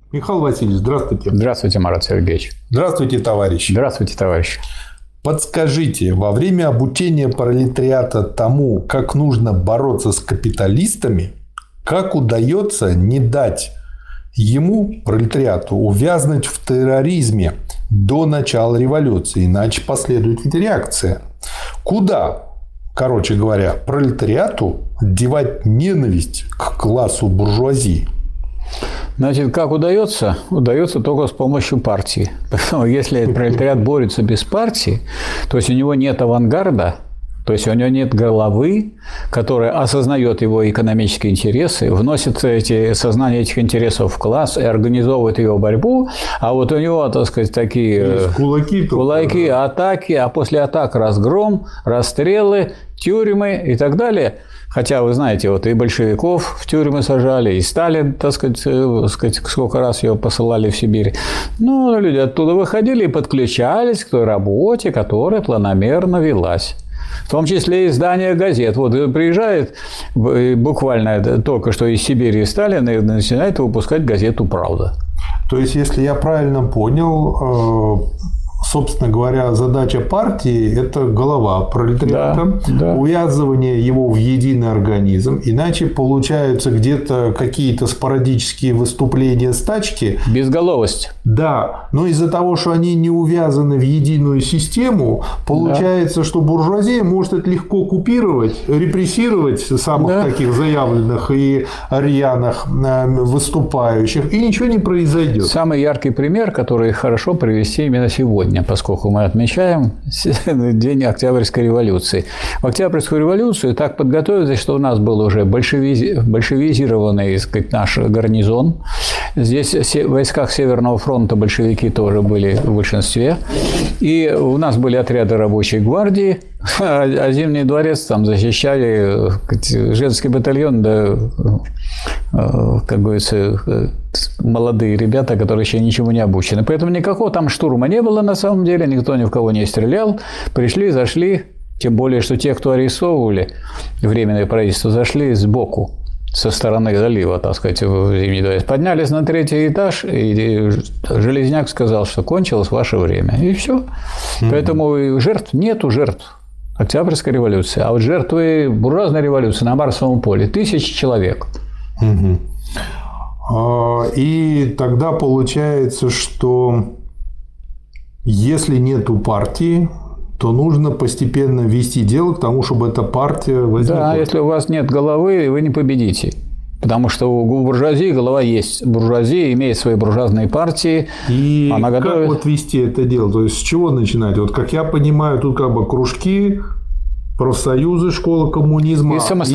Михаил Васильевич, здравствуйте. Здравствуйте, Марат Сергеевич. Здравствуйте, товарищи. Здравствуйте, товарищи. Подскажите, во время обучения пролетариата тому, как нужно бороться с капиталистами, как удается не дать ему, пролетариату, увязнуть в терроризме до начала революции, иначе последует ведь реакция. Куда, короче говоря, пролетариату девать ненависть к классу буржуазии? Значит, как удается? Удается только с помощью партии. Поэтому если пролетариат борется без партии, то есть у него нет авангарда, то есть у него нет головы, которая осознает его экономические интересы, вносит сознание этих интересов в класс и организовывает его борьбу, а вот у него, так сказать, такие кулаки, атаки, а после атак разгром, расстрелы, тюрьмы и так далее. Хотя, вы знаете, вот и большевиков в тюрьмы сажали, и Сталин, так сказать, сколько раз его посылали в Сибирь. Но люди оттуда выходили и подключались к той работе, которая планомерно велась. В том числе и издание газет. Вот приезжает буквально только что из Сибири Сталин и начинает выпускать газету «Правда». То есть, если я правильно понял, собственно говоря, задача партии – это голова пролетариата, увязывание его в единый организм. Иначе получаются где-то какие-то спорадические выступления стачки. Безголовость. Да, но из-за того, что они не увязаны в единую систему, получается, что буржуазия может это легко купировать, репрессировать самых таких заявленных и рьяных выступающих, и ничего не произойдет. Самый яркий пример, который хорошо привести именно сегодня, поскольку мы отмечаем День Октябрьской революции. В Октябрьскую революцию так подготовились, что у нас был уже большевизированный, так сказать, наш гарнизон. Здесь в войсках Северного фронта большевики тоже были в большинстве. И у нас были отряды рабочей гвардии, а Зимний дворец там защищали женский батальон, да, как говорится, молодые ребята, которые еще ничему не обучены. Поэтому никакого там штурма не было на самом деле, никто ни в кого не стрелял. Пришли, зашли, тем более, что те, кто арестовывали Временное правительство, зашли сбоку, со стороны залива, так сказать, в Зимний дворец. Поднялись на 3-й этаж, и Железняк сказал, что кончилось ваше время. И все. Поэтому жертв нету жертв. Октябрьской революции. А вот жертвы буржуазной революции на Марсовом поле 1000 человек. И тогда получается, что если нету партии, то нужно постепенно вести дело к тому, чтобы эта партия возникла. Да, если у вас нет головы, вы не победите. Потому что у буржуазии голова есть. Буржуазия имеет свои буржуазные партии. И она как готовит... вот вести это дело? То есть, с чего начинать? Вот, как я понимаю, тут как бы кружки, профсоюзы, школа коммунизма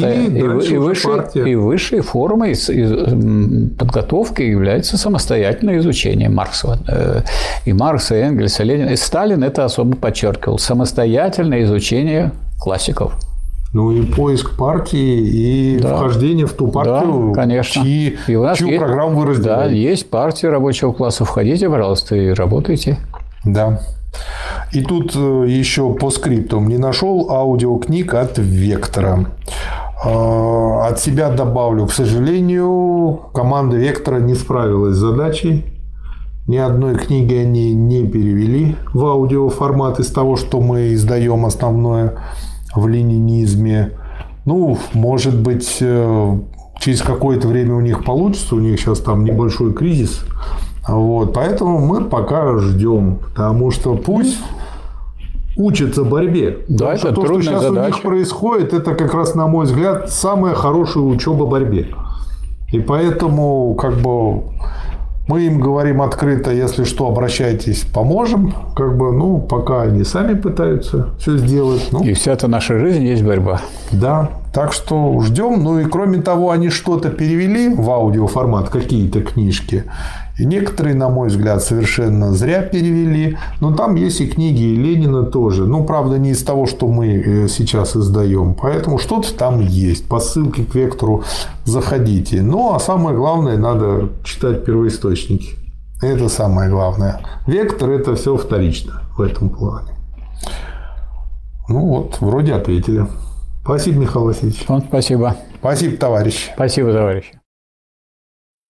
и высшей формой подготовки является самостоятельное изучение Маркса. И Маркса, и Энгельса, и Ленина. И Сталин это особо подчеркивал. Самостоятельное изучение классиков. Ну и поиск партии, и вхождение в ту партию, чью программу вы разделяете. Да, есть партия рабочего класса. Входите, пожалуйста, и работайте. Да. И тут еще по скриптум не нашел аудиокниг от Вектора. От себя добавлю, к сожалению, команда Вектора не справилась с задачей. Ни одной книги они не перевели в аудиоформат из того, что мы издаем основное в ленинизме. Ну, может быть, через какое-то время у них получится, у них сейчас там небольшой кризис. Вот, поэтому мы пока ждем, потому что пусть учатся борьбе. Да, потому что то, что сейчас у них происходит, это как раз, на мой взгляд, самая хорошая учеба борьбе. И поэтому, как бы, мы им говорим открыто, если что, обращайтесь, поможем. Как бы, ну, пока они сами пытаются все сделать. Ну, и вся эта наша жизнь есть борьба. Да. Так что ждем. Ну и кроме того, они что-то перевели в аудиоформат, какие-то книжки. И некоторые, на мой взгляд, совершенно зря перевели. Но там есть и книги и Ленина тоже. Ну, правда, не из того, что мы сейчас издаем. Поэтому что-то там есть. По ссылке к Вектору заходите. Ну, а самое главное, надо читать первоисточники. Это самое главное. Вектор – это все вторично в этом плане. Ну вот, вроде ответили. Спасибо, Михаил Васильевич. Спасибо. Спасибо, товарищ. Спасибо, товарищ.